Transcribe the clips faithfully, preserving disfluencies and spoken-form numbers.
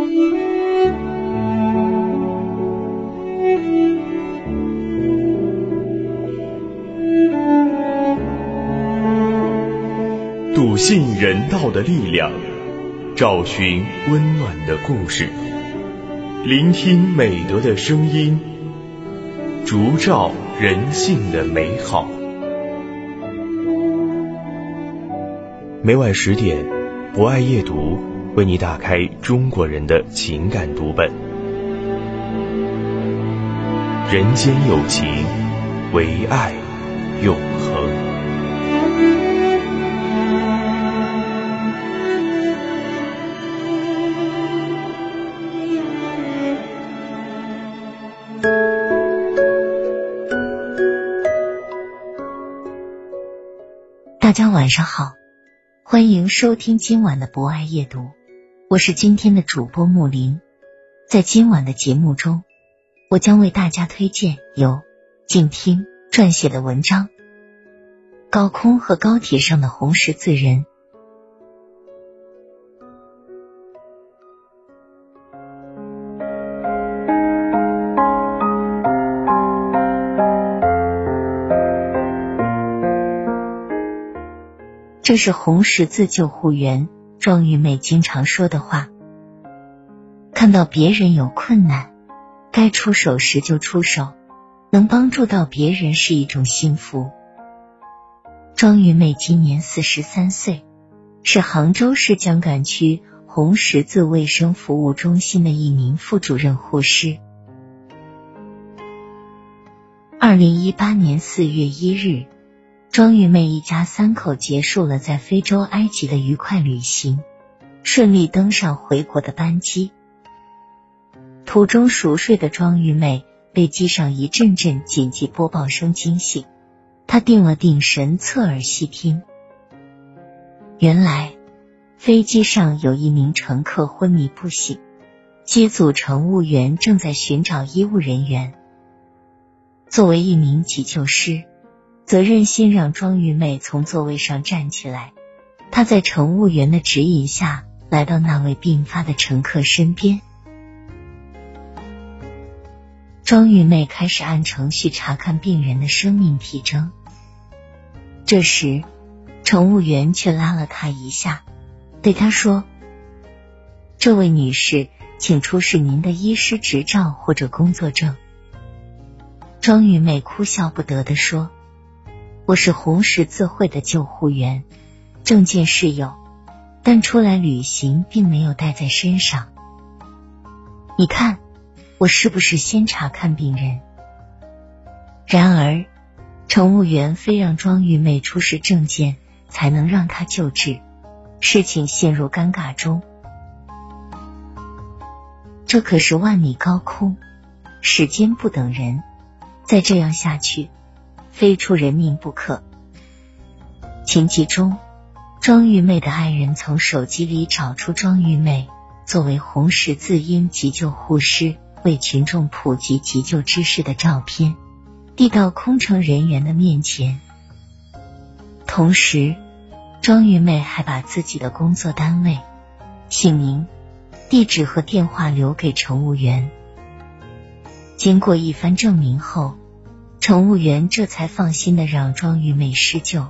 笃信人道的力量，找寻温暖的故事，聆听美德的声音，烛照人性的美好。每晚十点，博爱夜读为你打开中国人的情感读本。人间有情，唯爱永恒。 大家晚上好，欢迎收听今晚的博爱夜读，我是今天的主播木林。在今晚的节目中，我将为大家推荐由静听撰写的文章《高空和高铁上的红十字人》。这是红十字救护员庄玉妹经常说的话。看到别人有困难，该出手时就出手，能帮助到别人是一种幸福。庄玉妹今年四十三岁，是杭州市江干区红十字卫生服务中心的一名副主任护士。二零一八年四月一日，庄玉妹一家三口结束了在非洲埃及的愉快旅行，顺利登上回国的班机。途中熟睡的庄玉妹被机上一阵阵紧急播报声惊醒，她定了定神，侧耳细听。原来飞机上有一名乘客昏迷不醒，机组乘务员正在寻找医务人员。作为一名急救师，责任心让庄玉妹从座位上站起来，她在乘务员的指引下来到那位病发的乘客身边。庄玉妹开始按程序查看病人的生命体征。这时乘务员却拉了她一下，对她说：这位女士，请出示您的医师执照或者工作证。庄玉妹哭笑不得地说：我是红十字会的救护员，证件是有，但出来旅行并没有带在身上。你看，我是不是先查看病人？然而乘务员非让庄玉妹出示证件才能让她救治，事情陷入尴尬中。这可是万米高空，时间不等人，再这样下去非出人命不可。情急中，庄玉妹的爱人从手机里找出庄玉妹作为红十字鹰急救护师为群众普及急救知识的照片，递到空乘人员的面前。同时，庄玉妹还把自己的工作单位、姓名、地址和电话留给乘务员。经过一番证明后，乘务员这才放心地让庄玉妹施救。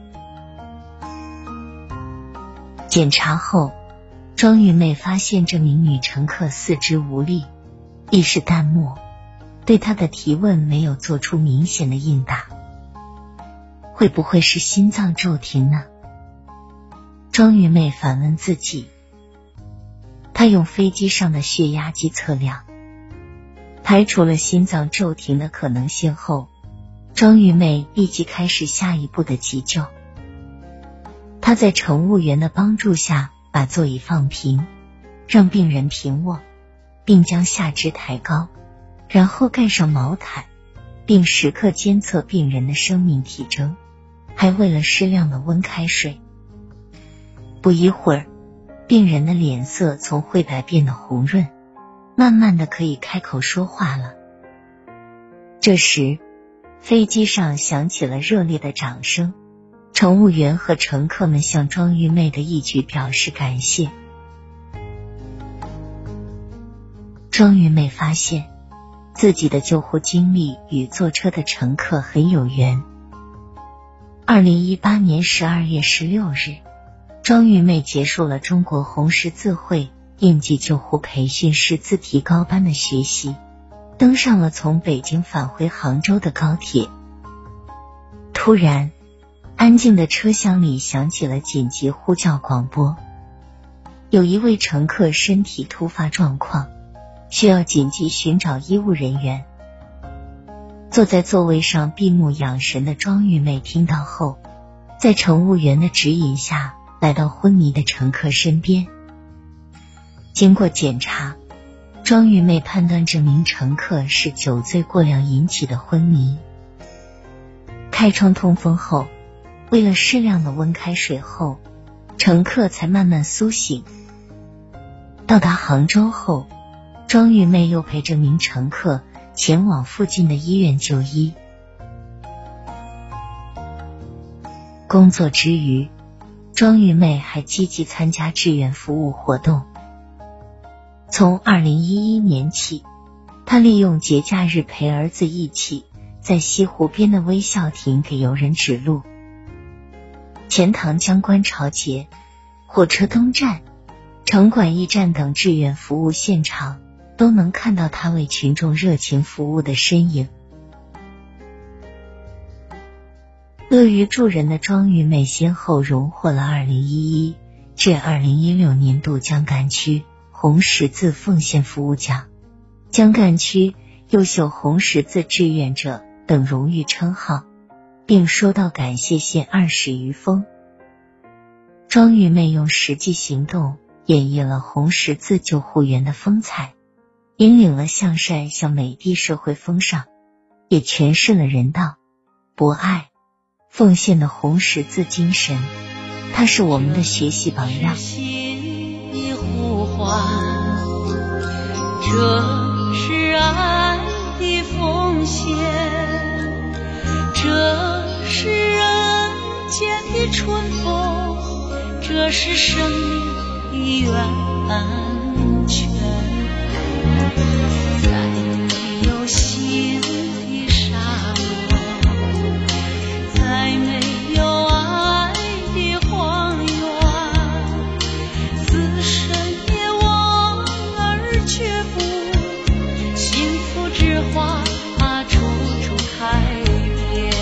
检查后，庄玉妹发现这名女乘客四肢无力，意识淡漠，对她的提问没有做出明显的应答。会不会是心脏骤停呢？庄玉妹反问自己。她用飞机上的血压计测量，排除了心脏骤停的可能性后，庄玉妹立即开始下一步的急救。她在乘务员的帮助下把座椅放平，让病人平卧，并将下肢抬高，然后盖上毛毯，并时刻监测病人的生命体征，还喂了适量的温开水。不一会儿，病人的脸色从灰白变得红润，慢慢的可以开口说话了。这时，飞机上响起了热烈的掌声，乘务员和乘客们向庄玉妹的义举表示感谢。 庄玉妹发现自己的救护经历与坐车的乘客很有缘。二零一八年十二月十六日，庄玉妹结束了中国红十字会应急救护培训师资提高班的学习，登上了从北京返回杭州的高铁。突然，安静的车厢里响起了紧急呼叫广播，有一位乘客身体突发状况，需要紧急寻找医务人员。坐在座位上闭目养神的庄玉妹听到后，在乘务员的指引下来到昏迷的乘客身边。经过检查，庄玉妹判断这名乘客是酒醉过量引起的昏迷。开窗通风后，喂了适量的温开水后，乘客才慢慢苏醒。到达杭州后，庄玉妹又陪这名乘客前往附近的医院就医。工作之余，庄玉妹还积极参加志愿服务活动。从二零一一年起，她利用节假日陪儿子一起在西湖边的微笑亭给游人指路。钱塘江观潮节、火车东站、城管驿站等志愿服务现场都能看到她为群众热情服务的身影。乐于助人的庄玉妹先后荣获了二零一一至二零一六年度江干区红十字奉献服务奖、江干区优秀红十字志愿者等荣誉称号，并收到感谢信二十余封。庄玉妹用实际行动演绎了红十字救护员的风采，引领了向善向美的社会风尚，也诠释了人道、博爱、奉献的红十字精神。她是我们的学习榜样。 这是爱的奉献，这是人间的春风，这是生命的源泉。再没有新的沙漠，再没有爱的荒原，此生也望而却步，幸福之花处处开遍。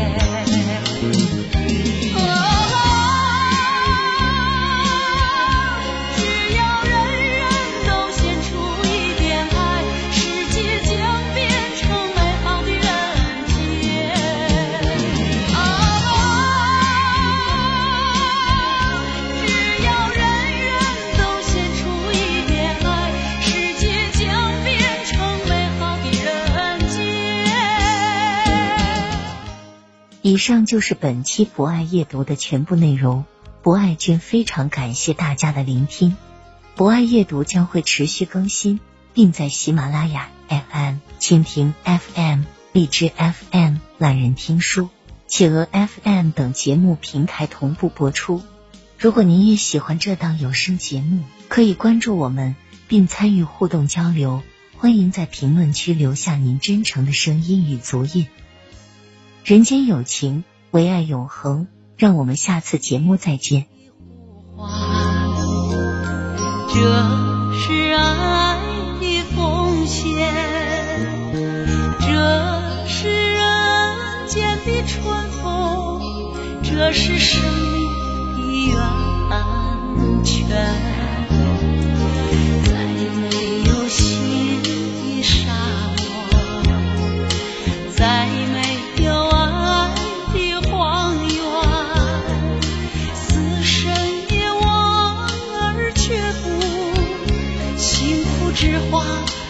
以上就是本期博爱夜读的全部内容。博爱君非常感谢大家的聆听，博爱夜读将会持续更新，并在喜马拉雅 F M、蜻蜓 F M、荔枝 F M、懒人听书、企鹅 F M 等节目平台同步播出。如果您也喜欢这档有声节目，可以关注我们并参与互动交流，欢迎在评论区留下您真诚的声音与足印。人间有情，唯爱永恒，让我们下次节目再见。 这是爱的奉献，这是人间的春风，这是生命的源泉。再没有新的沙漠，再没有爱的荒原，此生也望而却步，幸福之花